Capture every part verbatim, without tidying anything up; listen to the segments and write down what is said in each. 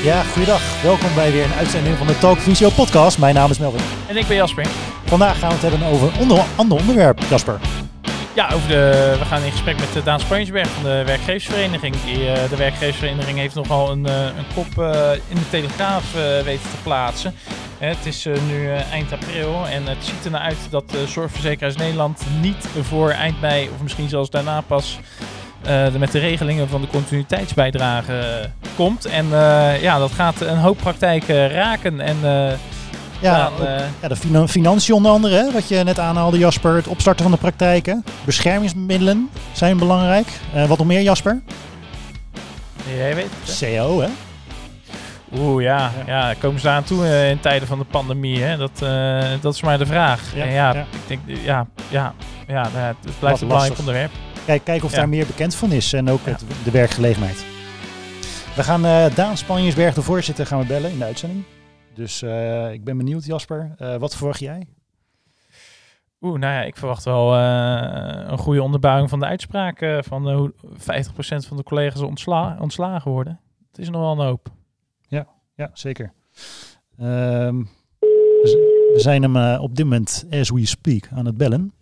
Ja, goeiedag. Welkom bij weer een uitzending van de Talk Visio podcast. Mijn naam is Melvin. En ik ben Jasper. Vandaag gaan we het hebben over een onder, ander onderwerp, Jasper. Ja, over de, we gaan in gesprek met Daan Spanjesberg van de werkgeversvereniging. Die, uh, de werkgeversvereniging heeft nogal een, uh, een kop uh, in de Telegraaf uh, weten te plaatsen. Uh, het is uh, nu uh, eind april en het ziet er naar uit dat uh, Zorgverzekeraars Nederland niet voor eind mei of misschien zelfs daarna pas uh, de, met de regelingen van de continuïteitsbijdrage uh, komt. En uh, ja, dat gaat een hoop praktijken raken en... Uh, Ja, Daan, ook, uh, ja, de finan- financiën onder andere, hè, wat je net aanhaalde, Jasper. Het opstarten van de praktijken. Beschermingsmiddelen zijn belangrijk. Uh, wat nog meer, Jasper? Jij weet het, hè? C A O, hè? Oeh, ja, ja. ja. Komen ze daar aan toe uh, in tijden van de pandemie, hè? Dat, uh, dat is maar de vraag. Ja, en ja, ja. ik denk, ja, ja, ja, nou, het blijft Wat een belangrijk lastig. onderwerp. Kijk, kijk of Ja. daar meer bekend van is en ook Ja. het, de werkgelegenheid. We gaan uh, Daan Spanjesberg, de voorzitter, gaan we bellen in de uitzending. Dus uh, ik ben benieuwd, Jasper. Uh, wat verwacht jij? Oeh, nou ja, ik verwacht wel uh, een goede onderbouwing van de uitspraak uh, van uh, hoe vijftig procent van de collega's ontsla- ontslagen worden. Het is nog wel een hoop. Ja, zeker. Um, we, z- we zijn hem uh, op dit moment, as we speak, aan het bellen.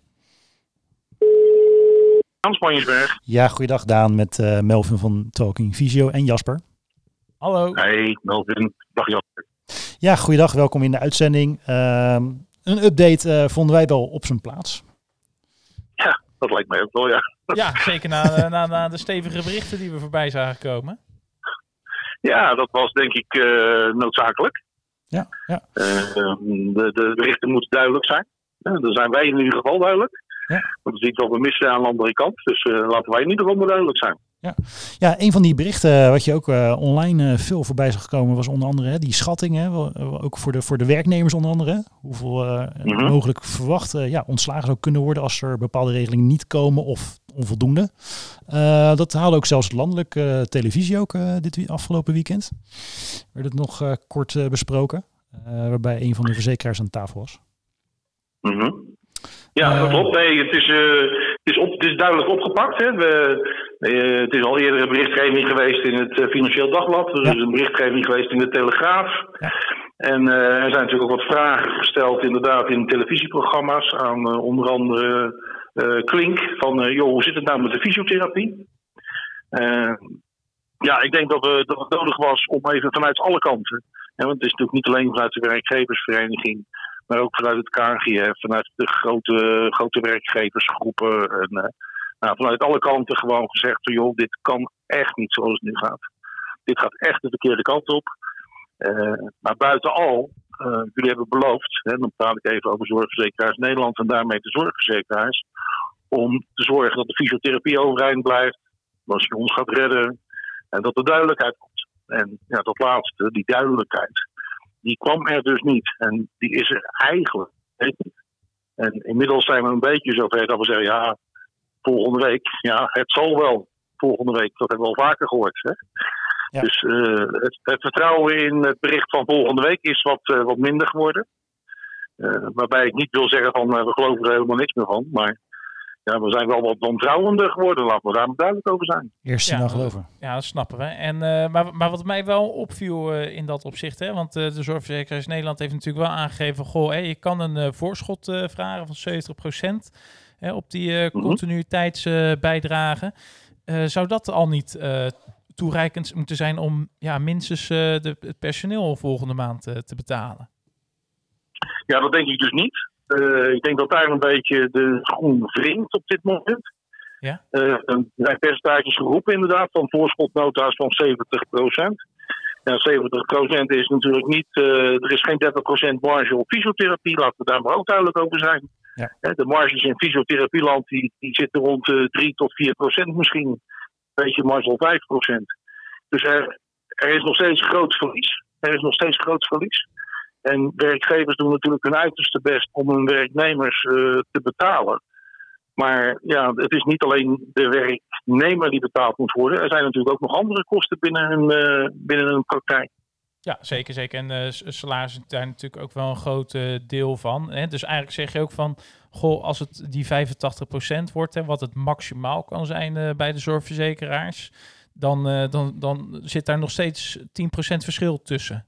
Daan Spanjesberg. Ja, goeiedag Daan met uh, Melvin van Talking Visio en Jasper. Hallo. Hey, Melvin. Dag Jasper. Ja, goeiedag, welkom in de uitzending. Um, een update uh, vonden wij wel op zijn plaats. Ja, dat lijkt mij ook wel, ja. Ja, zeker na, uh, na, na de stevige berichten die we voorbij zagen komen. Ja, dat was denk ik uh, noodzakelijk. Ja, ja. Uh, de, de berichten moeten duidelijk zijn. Uh, dan zijn wij in ieder geval duidelijk. Ja. Want het is iets wat we missen aan de andere kant. Dus uh, laten wij in ieder geval maar duidelijk zijn. Ja. ja, een van die berichten wat je ook uh, online uh, veel voorbij zag komen was onder andere hè, die schattingen. Uh, ook voor de, voor de werknemers onder andere. Hoeveel uh, mm-hmm. mogelijk verwacht uh, ja, ontslagen zou kunnen worden als er bepaalde regelingen niet komen of onvoldoende. Uh, dat haalde ook zelfs landelijk uh, televisie ook uh, dit afgelopen weekend. Werd het nog uh, kort uh, besproken. Uh, waarbij een van de verzekeraars aan tafel was. Mm-hmm. Ja, dat klopt. Nee, het, is, uh, het, is op, het is duidelijk opgepakt. Hè. We, uh, het is al eerder een berichtgeving geweest in het uh, Financieel Dagblad. Er is ja. een berichtgeving geweest in de Telegraaf. Ja. En uh, er zijn natuurlijk ook wat vragen gesteld inderdaad in televisieprogramma's aan uh, onder andere uh, Klink. Van, uh, joh, hoe zit het nou met de fysiotherapie? Uh, ja, ik denk dat, we, dat het nodig was om even vanuit alle kanten. Hè, want het is natuurlijk niet alleen vanuit de werkgeversvereniging, maar ook vanuit het K N G F, vanuit de grote, grote werkgeversgroepen. En, uh, nou, vanuit alle kanten gewoon gezegd, joh, dit kan echt niet zoals het nu gaat. Dit gaat echt de verkeerde kant op. Uh, maar buitenal, uh, jullie hebben beloofd, hè, dan praat ik even over Zorgverzekeraars Nederland en daarmee de zorgverzekeraars, om te zorgen dat de fysiotherapie overeind blijft, dat je ons gaat redden en dat er duidelijkheid komt. En ja, dat laatste, die duidelijkheid, die kwam er dus niet. En die is er eigenlijk niet. En inmiddels zijn we een beetje zover dat we zeggen, ja, volgende week, ja, het zal wel volgende week. Dat hebben we al vaker gehoord. Hè? Ja. Dus uh, het, het vertrouwen in het bericht van volgende week is wat, uh, wat minder geworden. Uh, waarbij ik niet wil zeggen van, uh, we geloven er helemaal niks meer van. Maar ja, we zijn wel wat wantrouwender geworden. Laten we daar duidelijk over zijn. Eerst ja, dan geloven. Ja, dat snappen we. En, uh, maar, maar wat mij wel opviel uh, in dat opzicht, hè, want uh, de Zorgverzekeraars Nederland heeft natuurlijk wel aangegeven, goh, hey, je kan een uh, voorschot uh, vragen van zeventig procent hè, op die uh, continuïteitsbijdrage. Uh, uh, zou dat al niet uh, toereikend moeten zijn om ja, minstens uh, de, het personeel volgende maand uh, te betalen? Ja, dat denk ik dus niet. Uh, ik denk dat daar een beetje de schoen wringt op dit moment. Ja? Uh, er zijn percentages geroepen inderdaad van voorschotnota's van zeventig procent. Ja, zeventig procent is natuurlijk niet, uh, er is geen dertig procent marge op fysiotherapie, laten we daar maar ook duidelijk over zijn. Ja. Uh, de marges in fysiotherapieland die, die zitten rond uh, drie tot vier procent misschien. Een beetje marge op vijf procent. Dus er, er is nog steeds groot verlies. Er is nog steeds groot verlies. En werkgevers doen natuurlijk hun uiterste best om hun werknemers uh, te betalen. Maar ja, het is niet alleen de werknemer die betaald moet worden. Er zijn natuurlijk ook nog andere kosten binnen een, uh, binnen een praktijk. Ja, zeker, zeker. En uh, salaris is daar natuurlijk ook wel een groot uh, deel van. Hè? Dus eigenlijk zeg je ook van, goh, als het die vijfentachtig procent wordt, hè, wat het maximaal kan zijn uh, bij de zorgverzekeraars, dan, uh, dan, dan zit daar nog steeds tien procent verschil tussen.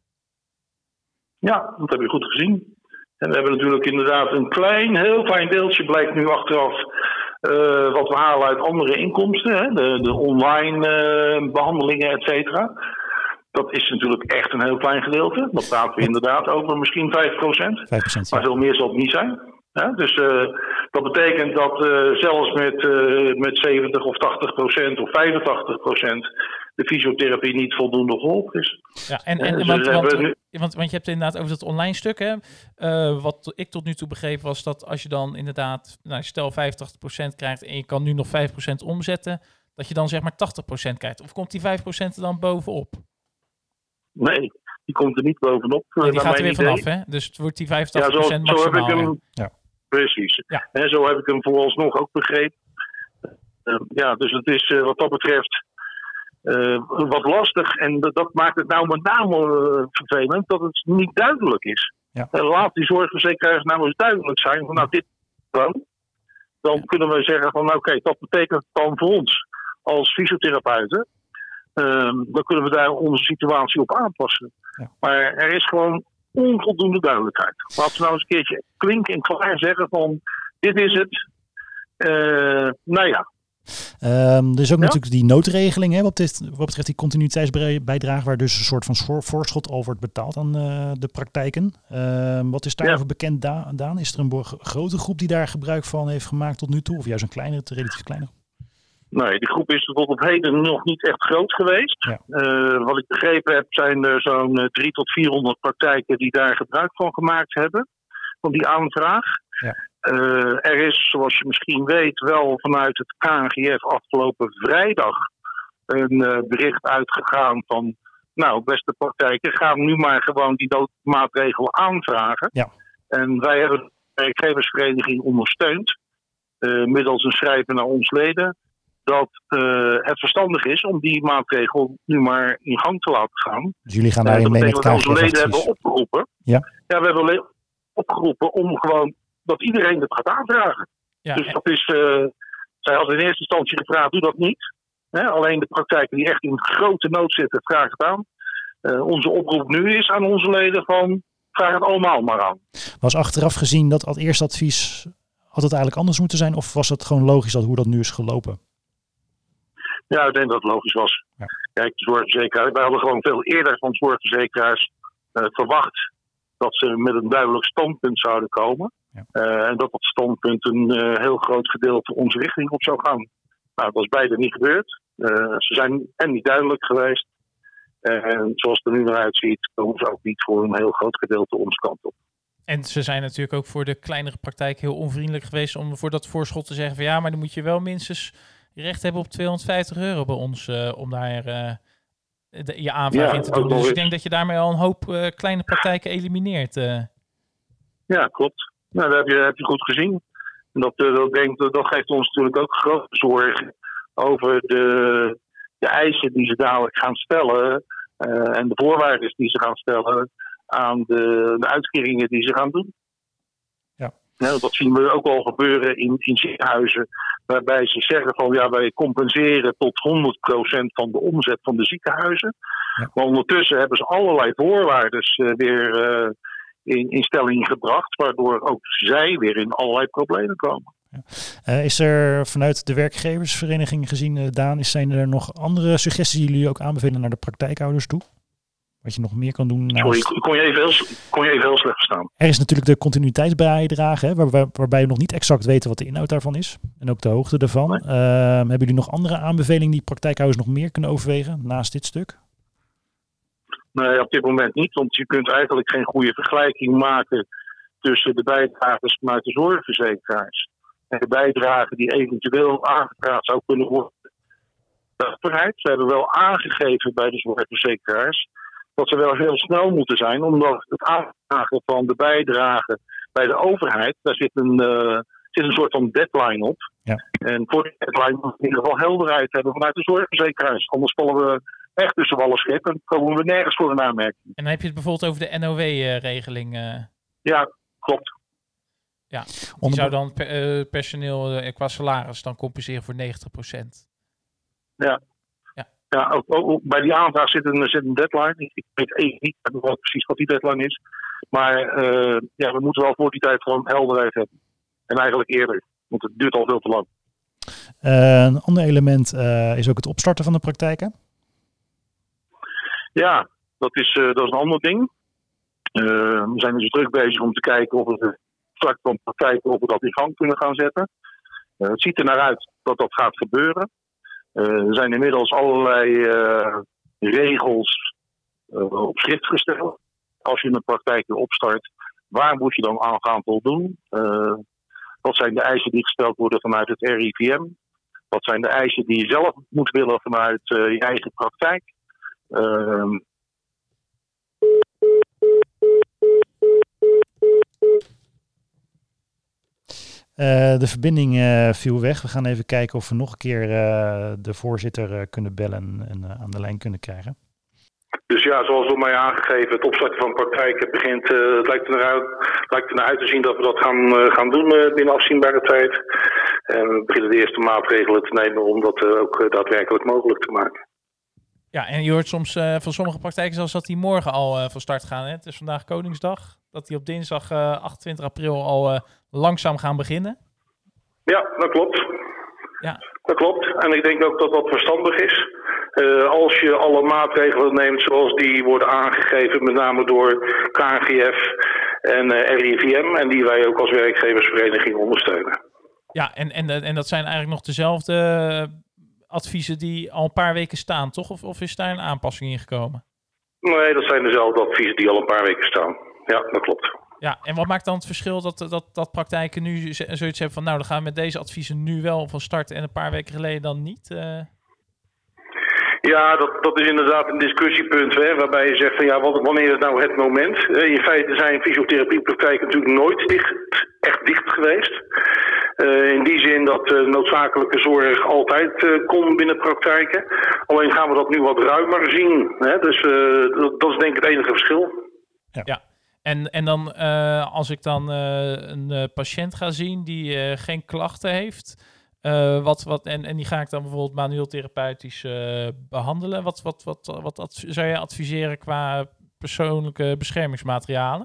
Ja, dat heb je goed gezien. En we hebben natuurlijk inderdaad een klein, heel klein deeltje, blijkt nu achteraf, uh, wat we halen uit andere inkomsten. Hè? De, de online uh, behandelingen, et cetera. Dat is natuurlijk echt een heel klein gedeelte. Dan praten we inderdaad over misschien vijf procent. vijf procent ja. Maar veel meer zal het niet zijn. Ja, dus uh, dat betekent dat uh, zelfs met, uh, met zeventig of tachtig procent of vijfentachtig procent de fysiotherapie niet voldoende geholpen is. Ja, en, en, dus want, want, nu... want, want je hebt inderdaad over dat online stuk. Hè? Uh, wat ik tot nu toe begreep was dat als je dan inderdaad, nou, stel vijfentachtig procent krijgt en je kan nu nog vijf procent omzetten, dat je dan zeg maar tachtig procent krijgt. Of komt die vijf procent er dan bovenop? Nee, die komt er niet bovenop. Nee, die gaat er weer vanaf, hè? Dus het wordt die vijfentachtig procent ja, zo, maximaal. Zo heb ik hem, ja. Precies. Ja. En zo heb ik hem vooralsnog ook begrepen. Uh, ja, dus het is uh, wat dat betreft uh, wat lastig. En dat, dat maakt het nou met name uh, vervelend dat het niet duidelijk is. Ja. Uh, laat die zorgverzekeraars nou eens duidelijk zijn. Van, nou, dit dan. Dan ja. kunnen we zeggen van, nou, oké, okay, dat betekent dan voor ons als fysiotherapeuten. Um, dan kunnen we daar onze situatie op aanpassen. Ja. Maar er is gewoon onvoldoende duidelijkheid. Laten we nou eens een keertje klink en klaar zeggen van dit is het. Uh, nou ja. Um, er is ook ja? natuurlijk die noodregeling hè, wat, dit, wat betreft die continuïteitsbijdrage, waar dus een soort van voorschot al wordt betaald aan uh, de praktijken. Uh, wat is daarover ja. bekend, Daan? Is er een grote groep die daar gebruik van heeft gemaakt tot nu toe? Of juist een kleinere, relatief kleinere? Nee, die groep is tot op heden nog niet echt groot geweest. Ja. Uh, wat ik begrepen heb, zijn er zo'n uh, drie tot vierhonderd praktijken die daar gebruik van gemaakt hebben, van die aanvraag. Ja. Uh, er is, zoals je misschien weet, wel vanuit het K N G F afgelopen vrijdag een uh, bericht uitgegaan van, nou, beste praktijken, ga nu maar gewoon die noodmaatregel aanvragen. Ja. En wij hebben de werkgeversvereniging ondersteund, uh, middels een schrijven naar ons leden, dat uh, het verstandig is om die maatregel nu maar in gang te laten gaan. Dus jullie gaan daarin uh, mee met K N G F? Onze leden hebben opgeroepen. Ja. ja, we hebben le- opgeroepen om gewoon dat iedereen het gaat aanvragen. Ja, dus dat is, uh, zij hadden in eerste instantie gevraagd, doe dat niet. Hè? Alleen de praktijken die echt in grote nood zitten, vraag het aan. Uh, onze oproep nu is aan onze leden van, vraag het allemaal maar aan. Was achteraf gezien dat als eerste advies, had het eigenlijk anders moeten zijn? Of was het gewoon logisch dat hoe dat nu is gelopen? Ja, ik denk dat het logisch was. Ja. Kijk, de zorgverzekeraars, wij hadden gewoon veel eerder van zorgverzekeraars uh, verwacht dat ze met een duidelijk standpunt zouden komen. Ja. Uh, en dat dat standpunt een uh, heel groot gedeelte onze richting op zou gaan. Nou, dat is beide niet gebeurd. Uh, ze zijn en niet duidelijk geweest. Uh, en zoals het er nu naar uitziet, komen ze ook niet voor een heel groot gedeelte onze kant op. En ze zijn natuurlijk ook voor de kleinere praktijk heel onvriendelijk geweest om voor dat voorschot te zeggen van ja, maar dan moet je wel minstens recht hebben op tweehonderdvijftig euro bij ons uh, om daar uh, de, je aanvraag ja, in te doen. Dus ik denk dat je daarmee al een hoop uh, kleine praktijken elimineert. Uh. Ja, klopt. Nou, dat heb je, heb je goed gezien. En dat, dat, denk, dat geeft ons natuurlijk ook grote zorgen over de, de eisen die ze dadelijk gaan stellen uh, en de voorwaarden die ze gaan stellen aan de, de uitkeringen die ze gaan doen. Ja. Ja, dat zien we ook al gebeuren in, in ziekenhuizen, waarbij ze zeggen van ja, wij compenseren tot honderd procent van de omzet van de ziekenhuizen. Ja. Maar ondertussen hebben ze allerlei voorwaarden uh, weer uh, in, in stelling gebracht, waardoor ook zij weer in allerlei problemen komen. Ja. Uh, is er vanuit de werkgeversvereniging gezien, uh, Daan, is, zijn er nog andere suggesties die jullie ook aanbevelen naar de praktijkhouders toe? Wat je nog meer kan doen. Naast... Sorry, kon je, even heel, kon je even heel slecht verstaan. Er is natuurlijk de continuïteitsbijdrage, hè, waar, waar, waarbij we nog niet exact weten wat de inhoud daarvan is. En ook de hoogte daarvan. Nee. Uh, hebben jullie nog andere aanbevelingen die praktijkhouders nog meer kunnen overwegen naast dit stuk? Nee, op dit moment niet. Want je kunt eigenlijk geen goede vergelijking maken tussen de bijdragers vanuit de zorgverzekeraars en de bijdrage die eventueel aangevraagd zou kunnen worden. De overheid, ze hebben wel aangegeven bij de zorgverzekeraars dat ze wel heel snel moeten zijn, omdat het aanvragen van de bijdrage bij de overheid, daar zit een, uh, zit een soort van deadline op. Ja. En voor die deadline moet in ieder geval helderheid hebben vanuit de zorgverzekeraars. Anders vallen we echt tussen wal en schip en komen we nergens voor een aanmerking. En dan heb je het bijvoorbeeld over de N O W-regeling. Uh... Ja, klopt. Ja, die zou dan per, uh, personeel uh, qua salaris dan compenseren voor negentig procent. Ja. Ja. Ja, ook, ook bij die aanvraag zit een, zit een deadline. Ik weet even niet wat precies wat die deadline is. Maar uh, ja, we moeten wel voor die tijd gewoon helderheid hebben. En eigenlijk eerder, want het duurt al veel te lang. Uh, een ander element uh, is ook het opstarten van de praktijken. Ja, dat is, uh, dat is een ander ding. Uh, we zijn dus druk bezig om te kijken of we straks van praktijken of we dat in gang kunnen gaan zetten. Uh, het ziet er naar uit dat dat gaat gebeuren. Uh, er zijn inmiddels allerlei uh, regels uh, op schrift gesteld. Als je een praktijk weer opstart, waar moet je dan aan gaan voldoen? Uh, wat zijn de eisen die gesteld worden vanuit het R I V M? Wat zijn de eisen die je zelf moet willen vanuit uh, je eigen praktijk? Uh, Uh, de verbinding uh, viel weg. We gaan even kijken of we nog een keer uh, de voorzitter uh, kunnen bellen en uh, aan de lijn kunnen krijgen. Dus ja, zoals door mij aangegeven, het opstarten van praktijken begint, uh, het lijkt er, naar uit, lijkt er naar uit te zien dat we dat gaan, uh, gaan doen uh, binnen afzienbare tijd. En we beginnen de eerste maatregelen te nemen om dat uh, ook uh, daadwerkelijk mogelijk te maken. Ja, en je hoort soms uh, van sommige praktijken zelfs dat die morgen al uh, van start gaan. Hè? Het is vandaag Koningsdag. Dat die op dinsdag uh, achtentwintig april al uh, langzaam gaan beginnen. Ja, dat klopt. Ja. Dat klopt. En ik denk ook dat dat verstandig is. Uh, als je alle maatregelen neemt zoals die worden aangegeven, met name door K N G F en uh, R I V M. En die wij ook als werkgeversvereniging ondersteunen. Ja, en, en, en dat zijn eigenlijk nog dezelfde adviezen die al een paar weken staan, toch? Of, of is daar een aanpassing in gekomen? Nee, dat zijn dezelfde adviezen die al een paar weken staan. Ja, dat klopt. Ja, en wat maakt dan het verschil dat, dat, dat praktijken nu zoiets hebben van, nou, dan gaan we met deze adviezen nu wel van start en een paar weken geleden dan niet? Uh... Ja, dat, dat is inderdaad een discussiepunt, hè, waarbij je zegt van ja, wat, wanneer is nou het moment? Uh, in feite zijn fysiotherapiepraktijken natuurlijk nooit dicht, echt dicht geweest. Uh, in die zin dat uh, noodzakelijke zorg altijd uh, kon binnen praktijken. Alleen gaan we dat nu wat ruimer zien. Hè? Dus uh, dat, dat is denk ik het enige verschil. Ja. ja. En, en dan uh, als ik dan uh, een uh, patiënt ga zien die uh, geen klachten heeft, uh, wat, wat, en, en die ga ik dan bijvoorbeeld manueel therapeutisch uh, behandelen. Wat, wat, wat, wat adv- zou je adviseren qua persoonlijke beschermingsmaterialen?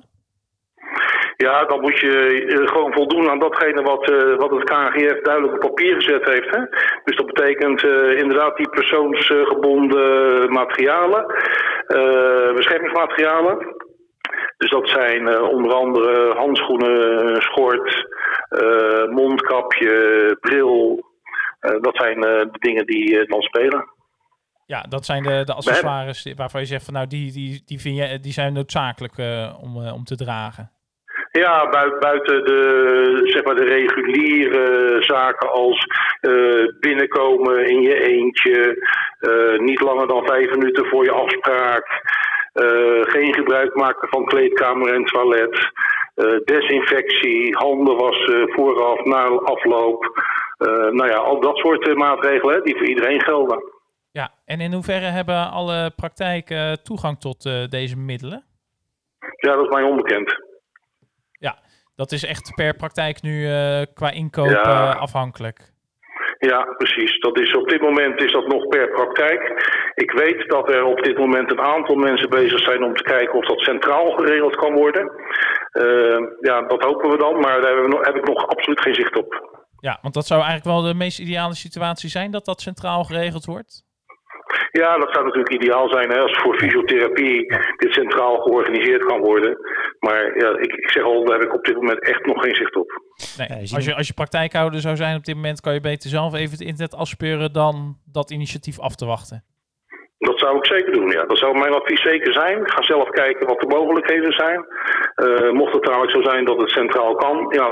Ja, dan moet je uh, gewoon voldoen aan datgene wat, uh, wat het K N G F duidelijk op papier gezet heeft. Hè? Dus dat betekent uh, inderdaad die persoonsgebonden materialen, uh, beschermingsmaterialen. Dus dat zijn uh, onder andere handschoenen, schort, uh, mondkapje, bril. Uh, dat zijn uh, de dingen die uh, dan spelen. Ja, dat zijn de, de accessoires waarvan je zegt van nou die, die, die, vind je, die zijn noodzakelijk uh, om, uh, om te dragen. Ja, buiten de, zeg maar de reguliere zaken als uh, binnenkomen in je eentje, uh, niet langer dan vijf minuten voor je afspraak. Uh, geen gebruik maken van kleedkamer en toilet. Uh, desinfectie, handen wassen vooraf, na afloop. Uh, nou ja, al dat soort uh, maatregelen hè, die voor iedereen gelden. Ja, en in hoeverre hebben alle praktijken toegang tot uh, deze middelen? Ja, dat is mij onbekend. Ja, dat is echt per praktijk nu uh, qua inkoop ja. uh, afhankelijk. Ja, precies. Dat is, op dit moment is dat nog per praktijk. Ik weet dat er op dit moment een aantal mensen bezig zijn om te kijken of dat centraal geregeld kan worden. Uh, ja, dat hopen we dan, maar daar hebben we nog, heb ik nog absoluut geen zicht op. Ja, want dat zou eigenlijk wel de meest ideale situatie zijn, dat dat centraal geregeld wordt? Ja, dat zou natuurlijk ideaal zijn hè, als voor fysiotherapie dit centraal georganiseerd kan worden. Maar ja, ik, ik zeg al, daar heb ik op dit moment echt nog geen zicht op. Nee, als je, als je praktijkhouder zou zijn op dit moment, kan je beter zelf even het internet afspeuren dan dat initiatief af te wachten. Dat zou ik zeker doen, ja. Dat zou mijn advies zeker zijn. Ga zelf kijken wat de mogelijkheden zijn. Uh, mocht het trouwens zo zijn dat het centraal kan, ja,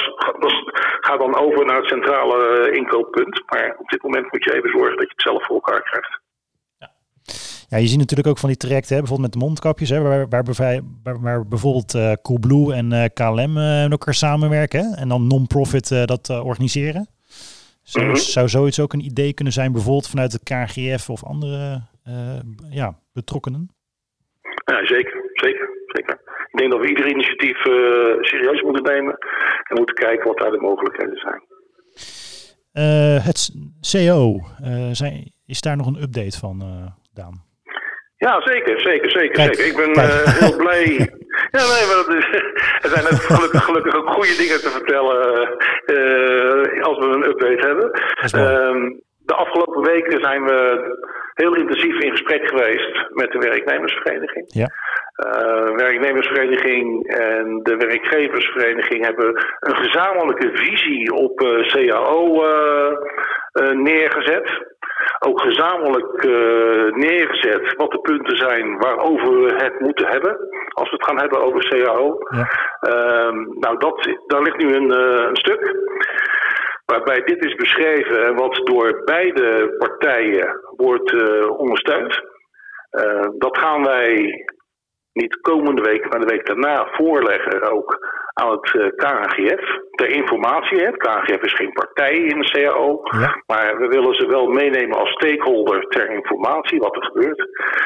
ga dan over naar het centrale uh, inkooppunt. Maar op dit moment moet je even zorgen dat je het zelf voor elkaar krijgt. Ja, ja je ziet natuurlijk ook van die trajecten, hè, bijvoorbeeld met de mondkapjes, hè, waar, waar, waar, waar bijvoorbeeld uh, Coolblue en uh, K L M uh, met elkaar samenwerken hè, en dan non-profit uh, dat uh, organiseren. Zou, mm-hmm. zou zoiets ook een idee kunnen zijn, bijvoorbeeld vanuit het K N G F of andere uh, ja, betrokkenen? Ja, zeker, zeker, zeker. Ik denk dat we ieder initiatief uh, serieus moeten nemen en moeten kijken wat daar de mogelijkheden zijn. Uh, het C O, uh, zijn, is daar nog een update van, uh, Daan? Ja, zeker, zeker, zeker, Kijk, zeker. Ik ben uh, heel blij. Ja, nee, maar dat is, er zijn ook gelukkig, gelukkig ook goede dingen te vertellen uh, als we een update hebben. Uh, de afgelopen weken zijn we heel intensief in gesprek geweest met de werknemersvereniging. Ja. Uh, werknemersvereniging en de werkgeversvereniging hebben een gezamenlijke visie op uh, C A O uh, uh, neergezet. Ook gezamenlijk uh, neergezet wat de punten zijn waarover we het moeten hebben. Als we het gaan hebben over C A O. Ja. Uh, nou, dat, daar ligt nu een, uh, een stuk. Waarbij dit is beschreven en wat door beide partijen wordt uh, ondersteund. Uh, dat gaan wij niet komende week, maar de week daarna voorleggen ook aan het uh, K N G F. Ter informatie, het K N G F is geen partij in de C A O. Ja. Maar we willen ze wel meenemen als stakeholder ter informatie wat er gebeurt.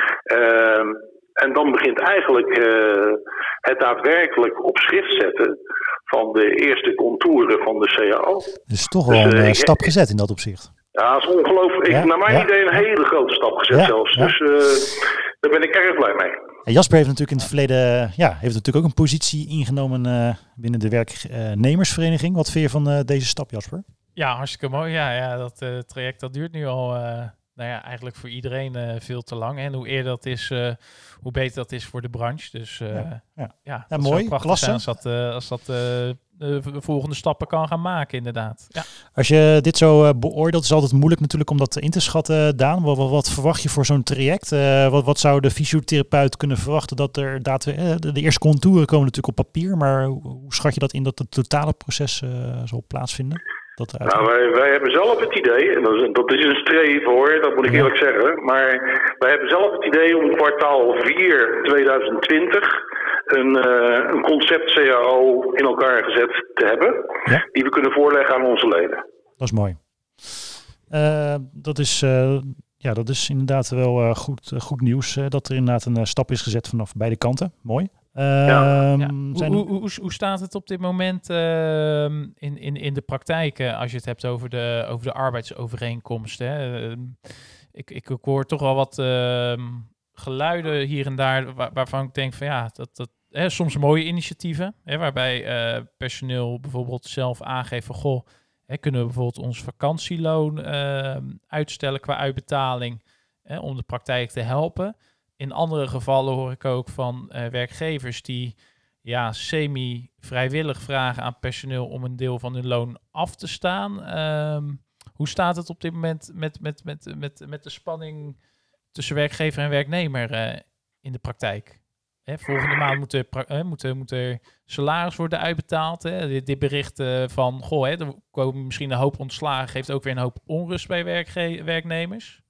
Uh, en dan begint eigenlijk uh, het daadwerkelijk op schrift zetten van de eerste contouren van de C A O. Dus toch wel dus, uh, een uh, stap gezet in dat opzicht. Ja, dat is ongelooflijk. Ja, naar mijn ja. idee een hele grote stap gezet ja, zelfs. Ja. Dus uh, daar ben ik erg blij mee. En Jasper heeft natuurlijk in het verleden ja, heeft natuurlijk ook een positie ingenomen uh, binnen de werknemersvereniging. Wat vind je van uh, deze stap, Jasper? Ja, hartstikke mooi. Ja, ja dat uh, traject dat duurt nu al uh, nou ja, eigenlijk voor iedereen uh, veel te lang. En hoe eerder dat is, uh, hoe beter dat is voor de branche. Dus uh, ja, ja. ja, ja mooi, klasse. Als dat, uh, als dat uh, de volgende stappen kan gaan maken, inderdaad. Ja. Als je dit zo uh, beoordeelt, is het altijd moeilijk natuurlijk om dat in te schatten, Daan. Wat, wat, wat verwacht je voor zo'n traject? Uh, wat, wat zou de fysiotherapeut kunnen verwachten dat er daad, uh, de, de eerste contouren komen natuurlijk op papier, maar hoe, hoe schat je dat in dat het totale proces uh, zal plaatsvinden? Dat nou, wij, wij hebben zelf het idee, en dat is, dat is een streven hoor, dat moet ik eerlijk zeggen. Maar wij hebben zelf het idee om kwartaal vier tweeduizend twintig een, uh, een concept C A O in elkaar gezet te hebben. Ja? Die we kunnen voorleggen aan onze leden. Dat is mooi. Uh, dat, is, uh, ja, dat is inderdaad wel uh, goed, uh, goed nieuws. Uh, dat er inderdaad een uh, stap is gezet vanaf beide kanten. Mooi. Uh, ja. Ja. Zijn... Hoe, hoe, hoe staat het op dit moment uh, in, in, in de praktijk uh, als je het hebt over de, over de arbeidsovereenkomsten? Hè? Uh, ik, ik, ik hoor toch wel wat uh, geluiden hier en daar waar, waarvan ik denk van ja, dat, dat hè, soms mooie initiatieven, hè, waarbij uh, personeel bijvoorbeeld zelf aangeeft van goh, hè, kunnen we bijvoorbeeld ons vakantieloon uh, uitstellen qua uitbetaling hè, om de praktijk te helpen. In andere gevallen hoor ik ook van uh, werkgevers die ja, semi-vrijwillig vragen aan personeel om een deel van hun loon af te staan. Um, hoe staat het op dit moment met, met, met, met, met de spanning tussen werkgever en werknemer uh, in de praktijk? Hè, volgende maand moet er, uh, moet, er, moet er salaris worden uitbetaald. Hè? Dit, dit bericht uh, van, goh, hè, er komen misschien een hoop ontslagen, geeft ook weer een hoop onrust bij werkge- werknemers.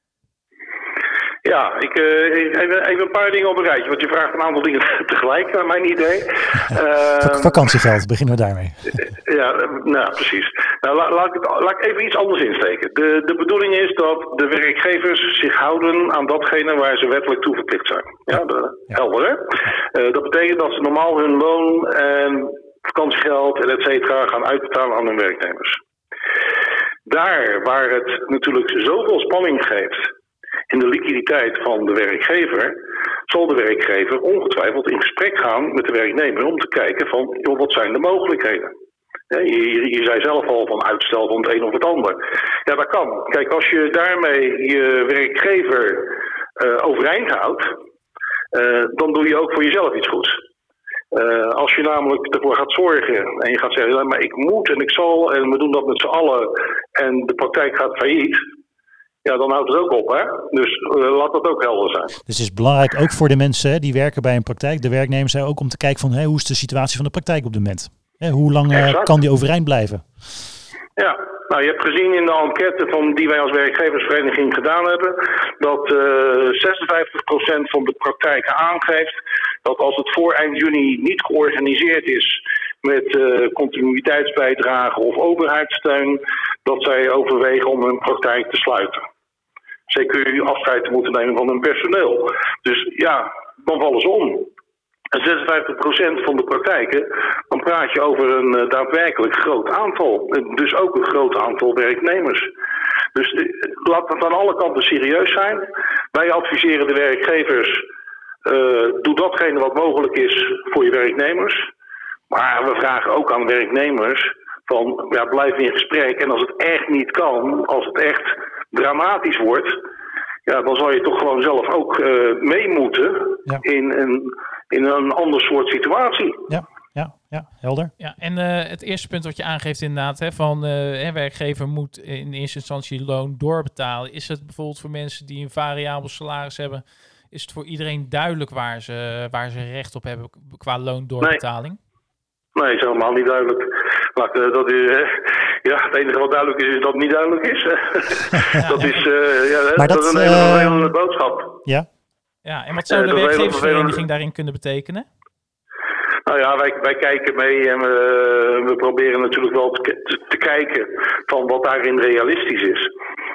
Ja, ik uh, even, even een paar dingen op een rijtje, want je vraagt een aantal dingen tegelijk, naar mijn idee. Uh, Vakantiegeld, beginnen we daarmee. Ja, nou precies. Nou, la, laat, ik, laat ik even iets anders insteken. De, de bedoeling is dat de werkgevers zich houden aan datgene waar ze wettelijk toe verplicht zijn. Ja, de, ja. Helder hè? Uh, dat betekent dat ze normaal hun loon en vakantiegeld en et cetera gaan uitbetalen aan hun werknemers. Daar waar het natuurlijk zoveel spanning geeft in de liquiditeit van de werkgever, zal de werkgever ongetwijfeld in gesprek gaan met de werknemer om te kijken van, joh, wat zijn de mogelijkheden? Ja, je, je zei zelf al van uitstel van het een of het ander. Ja, dat kan. Kijk, als je daarmee je werkgever uh, overeind houdt, uh, dan doe je ook voor jezelf iets goeds. Uh, als je namelijk ervoor gaat zorgen en je gaat zeggen, maar ik moet en ik zal en we doen dat met z'n allen en de praktijk gaat failliet, ja, dan houdt het ook op, hè? Dus uh, laat dat ook helder zijn. Dus het is belangrijk ook voor de mensen hè, die werken bij een praktijk, de werknemers, hè, ook om te kijken van hè, hoe is de situatie van de praktijk op dit moment? Hè, hoe lang uh, kan die overeind blijven? Ja, nou je hebt gezien in de enquête van die wij als werkgeversvereniging gedaan hebben, dat uh, zesenvijftig procent van de praktijken aangeeft dat als het voor eind juni niet georganiseerd is met uh, continuïteitsbijdrage of overheidssteun, dat zij overwegen om hun praktijk te sluiten. C Q U afscheid te moeten nemen van hun personeel. Dus ja, dan vallen ze om. En zesenvijftig procent van de praktijken, dan praat je over een uh, daadwerkelijk groot aantal. Dus ook een groot aantal werknemers. Dus uh, laat het aan alle kanten serieus zijn. Wij adviseren de werkgevers, uh, doe datgene wat mogelijk is voor je werknemers. Maar we vragen ook aan werknemers van, ja, blijf in gesprek. En als het echt niet kan, als het echt dramatisch wordt, ja, dan zal je toch gewoon zelf ook uh, mee moeten ja. in, een, in een ander soort situatie. Ja. Ja, ja, helder. Ja, en uh, het eerste punt wat je aangeeft inderdaad, hè, van uh, werkgever moet in eerste instantie loon doorbetalen. Is het bijvoorbeeld voor mensen die een variabel salaris hebben, is het voor iedereen duidelijk waar ze, waar ze recht op hebben qua loondoorbetaling? Nee, nee, is helemaal niet duidelijk. Maar, uh, dat is, uh, ja, het enige wat duidelijk is, is dat het niet duidelijk is. ja, dat, is uh, ja, maar dat, dat is een hele uh, vervelende boodschap. Ja. Ja, en wat zou uh, de werkgeversvereniging daarin kunnen betekenen? Nou ja, wij, wij kijken mee en we, we proberen natuurlijk wel te, te, te kijken van wat daarin realistisch is.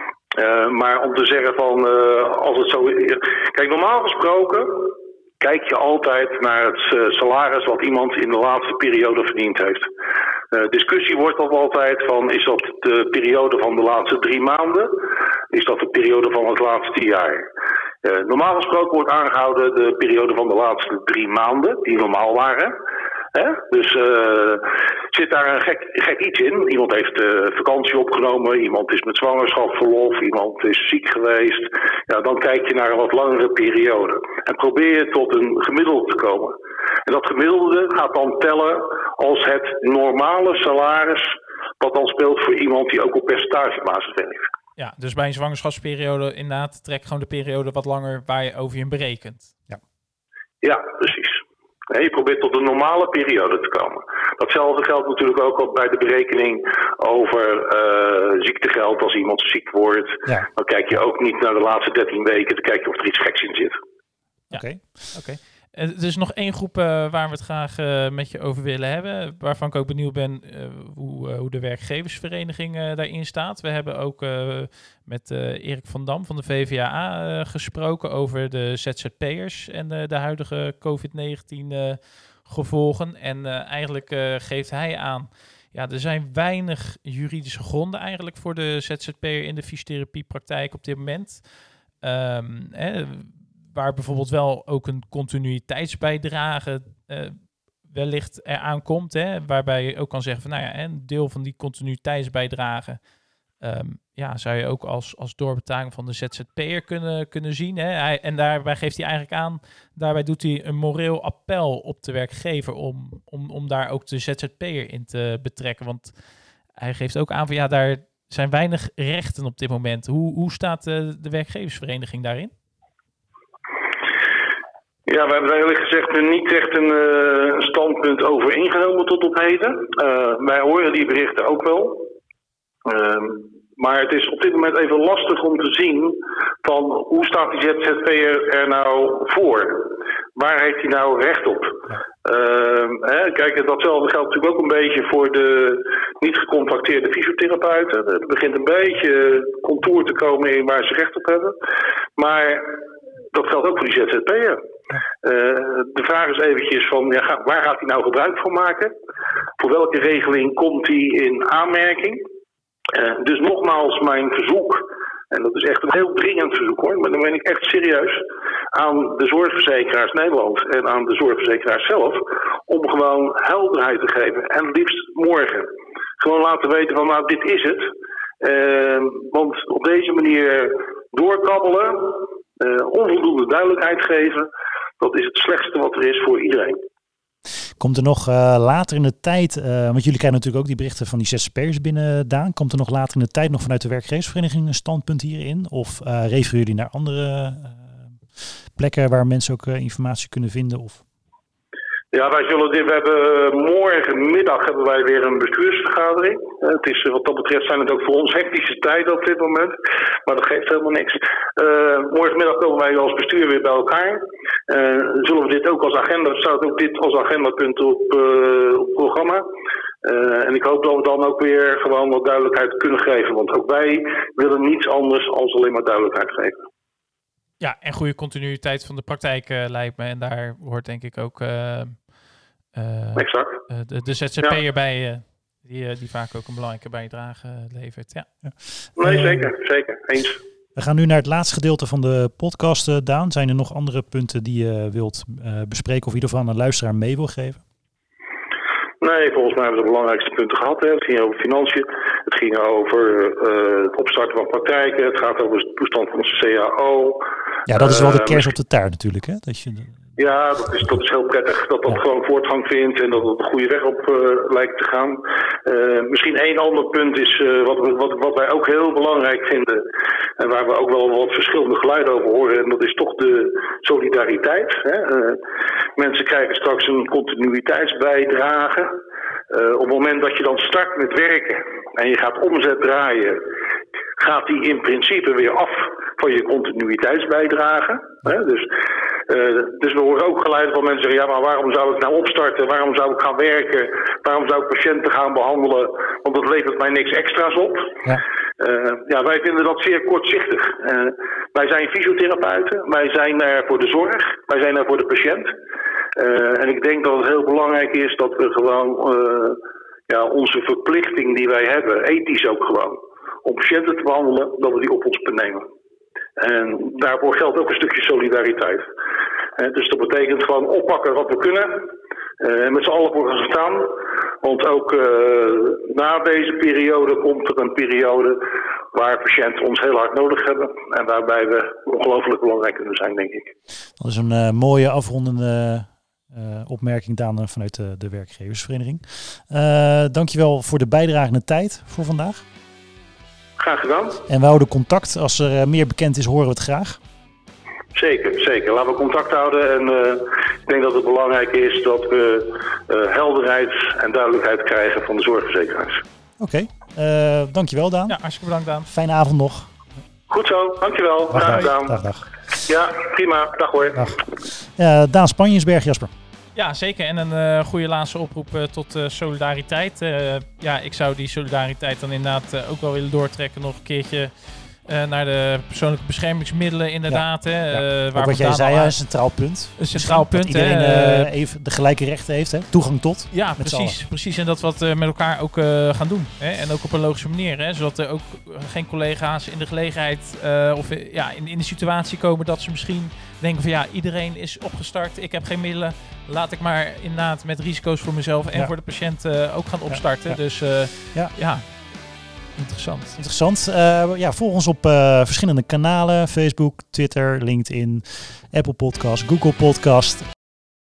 Uh, maar om te zeggen van, uh, als het zo is... Kijk, normaal gesproken kijk je altijd naar het uh, salaris wat iemand in de laatste periode verdiend heeft. Uh, discussie wordt dan altijd van, is dat de periode van de laatste drie maanden? Is dat de periode van het laatste jaar? Uh, normaal gesproken wordt aangehouden de periode van de laatste drie maanden, die normaal waren. Hè? Dus uh, zit daar een gek, gek iets in. Iemand heeft uh, vakantie opgenomen, iemand is met zwangerschapsverlof, iemand is ziek geweest. Ja, dan kijk je naar een wat langere periode. En probeer je tot een gemiddelde te komen. En dat gemiddelde gaat dan tellen als het normale salaris wat dan speelt voor iemand die ook op percentagebasis werkt. Ja, dus bij een zwangerschapsperiode inderdaad trek gewoon de periode wat langer waar je over je berekent. Ja, ja, precies. En je probeert tot een normale periode te komen. Datzelfde geldt natuurlijk ook bij de berekening over uh, ziektegeld. Als iemand ziek wordt, ja. dan kijk je ook niet naar de laatste dertien weken. Dan kijk je of er iets geks in zit. Ja, oké. Okay. Okay. Er is nog één groep uh, waar we het graag uh, met je over willen hebben. Waarvan ik ook benieuwd ben uh, hoe, uh, hoe de werkgeversvereniging uh, daarin staat. We hebben ook uh, met uh, Erik van Dam van de V V A A uh, gesproken over de Z Z P'ers en uh, de huidige covid negentien uh, gevolgen. En uh, eigenlijk uh, geeft hij aan, ja, er zijn weinig juridische gronden eigenlijk voor de Z Z P'er in de fysiotherapiepraktijk op dit moment. Um, eh, Waar bijvoorbeeld wel ook een continuïteitsbijdrage uh, wellicht eraan komt. Hè, waarbij je ook kan zeggen van, nou ja, een deel van die continuïteitsbijdrage um, ja, zou je ook als, als doorbetaling van de Z Z P'er kunnen, kunnen zien. Hè. Hij, en daarbij geeft hij eigenlijk aan, daarbij doet hij een moreel appel op de werkgever om, om, om daar ook de Z Z P'er in te betrekken. Want hij geeft ook aan van, ja, daar zijn weinig rechten op dit moment. Hoe, hoe staat de, de werkgeversvereniging daarin? Ja, we hebben er eerlijk gezegd niet echt een uh, standpunt over ingenomen tot op heden. Uh, wij horen die berichten ook wel. Uh, maar het is op dit moment even lastig om te zien van hoe staat die Z Z P'er er nou voor? Waar heeft hij nou recht op? Uh, hè, kijk, datzelfde geldt natuurlijk ook een beetje voor de niet gecontracteerde fysiotherapeuten. Het begint een beetje contour te komen in waar ze recht op hebben. Maar dat geldt ook voor die Z Z P'er. Uh, de vraag is eventjes van, ja, waar gaat hij nou gebruik van maken? Voor welke regeling komt hij in aanmerking? Uh, dus nogmaals mijn verzoek, en dat is echt een heel dringend verzoek hoor, maar dan ben ik echt serieus, aan de zorgverzekeraars Nederland en aan de zorgverzekeraars zelf, om gewoon helderheid te geven. En liefst morgen. Gewoon laten weten van, nou, dit is het. Uh, want op deze manier doorkabbelen, uh, onvoldoende duidelijkheid geven, dat is het slechtste wat er is voor iedereen. Komt er nog uh, later in de tijd, uh, want jullie krijgen natuurlijk ook die berichten van die Z Z P'ers binnen, Daan. Komt er nog later in de tijd nog vanuit de werkgeversvereniging een standpunt hierin? Of uh, refereren jullie naar andere uh, plekken waar mensen ook uh, informatie kunnen vinden? Of? Ja, wij zullen dit, we hebben morgenmiddag hebben wij weer een bestuursvergadering. Uh, het is, wat dat betreft zijn het ook voor ons hectische tijden op dit moment. Maar dat geeft helemaal niks. Uh, morgenmiddag komen wij als bestuur weer bij elkaar. Uh, zullen we dit ook als agenda, staat ook dit als agendapunt op, uh, op het programma. Uh, en ik hoop dat we dan ook weer gewoon wat duidelijkheid kunnen geven. Want ook wij willen niets anders als alleen maar duidelijkheid geven. Ja, en goede continuïteit van de praktijk uh, lijkt me. En daar hoort denk ik ook uh, uh, exact. Uh, de, de Z Z P'er ja. bij. Uh, die, die vaak ook een belangrijke bijdrage levert. Ja. Ja. Nee, zeker, zeker. Eens. We gaan nu naar het laatste gedeelte van de podcast, uh, Daan. Zijn er nog andere punten die je wilt uh, bespreken of in ieder geval aan een luisteraar mee wil geven? Nee, volgens mij hebben we de belangrijkste punten gehad. Hè. Het ging over financiën, het ging over uh, het opstarten van praktijken, het gaat over de toestand van de C A O. Ja, dat is wel de kers op de taart natuurlijk, hè? Dat je de... Ja, dat is, dat is heel prettig dat dat ja. gewoon voortgang vindt en dat het de goede weg op uh, lijkt te gaan. Uh, misschien één ander punt is uh, wat, wat, wat wij ook heel belangrijk vinden en waar we ook wel wat verschillende geluiden over horen. En dat is toch de solidariteit. Hè? Uh, mensen krijgen straks een continuïteitsbijdrage. Uh, op het moment dat je dan start met werken en je gaat omzet draaien, gaat die in principe weer af van je continuïteitsbijdrage. Hè? Dus, uh, dus we horen ook geluiden van mensen zeggen, ja, maar waarom zou ik nou opstarten? Waarom zou ik gaan werken? Waarom zou ik patiënten gaan behandelen? Want dat levert mij niks extra's op. Ja, uh, ja wij vinden dat zeer kortzichtig. Uh, wij zijn fysiotherapeuten, wij zijn er voor de zorg, wij zijn er voor de patiënt. Uh, en ik denk dat het heel belangrijk is dat we gewoon uh, ja, onze verplichting die wij hebben, ethisch ook gewoon, om patiënten te behandelen, dat we die op ons nemen. En daarvoor geldt ook een stukje solidariteit. Uh, dus dat betekent gewoon oppakken wat we kunnen. Uh, en met z'n allen voor gaan staan. Want ook uh, na deze periode komt er een periode waar patiënten ons heel hard nodig hebben. En waarbij we ongelooflijk belangrijk kunnen zijn, denk ik. Dat is een uh, mooie afrondende uh, opmerking, Daan, vanuit de, de werkgeversvereniging. Uh, dankjewel voor de bijdrage en de tijd voor vandaag. Graag gedaan. En we houden contact. Als er uh, meer bekend is, horen we het graag. Zeker, zeker. Laten we contact houden. En uh, ik denk dat het belangrijk is dat we uh, helderheid en duidelijkheid krijgen van de zorgverzekeraars. Oké, okay. uh, dankjewel, Daan. Ja, hartstikke bedankt, Daan. Fijne avond nog. Goed zo, dankjewel. Dag, Graag gedaan. Dag, dag. Ja, prima. Dag hoor. Dag. Uh, Daan Spanjensberg, Jasper. Ja, zeker. En een uh, goede laatste oproep uh, tot uh, solidariteit. Uh, ja, ik zou die solidariteit dan inderdaad uh, ook wel willen doortrekken nog een keertje uh, naar de persoonlijke beschermingsmiddelen inderdaad. Ja, hè, ja. Uh, waar wat jij zei, ja, een centraal punt. Een centraal punt. Dat iedereen hè, uh, even de gelijke rechten heeft, hè? Toegang tot. Ja, precies, precies. En dat we wat uh, met elkaar ook uh, gaan doen. Hè? En ook op een logische manier. Hè? Zodat er ook geen collega's in de gelegenheid uh, of uh, ja, in, in de situatie komen dat ze misschien denken van ja, iedereen is opgestart, ik heb geen middelen. Laat ik maar inderdaad met risico's voor mezelf en ja. voor de patiënt uh, ook gaan opstarten. Ja, ja. Dus uh, ja. ja, interessant. Interessant. Uh, ja, volg ons op uh, verschillende kanalen. Facebook, Twitter, LinkedIn, Apple Podcast, Google Podcast.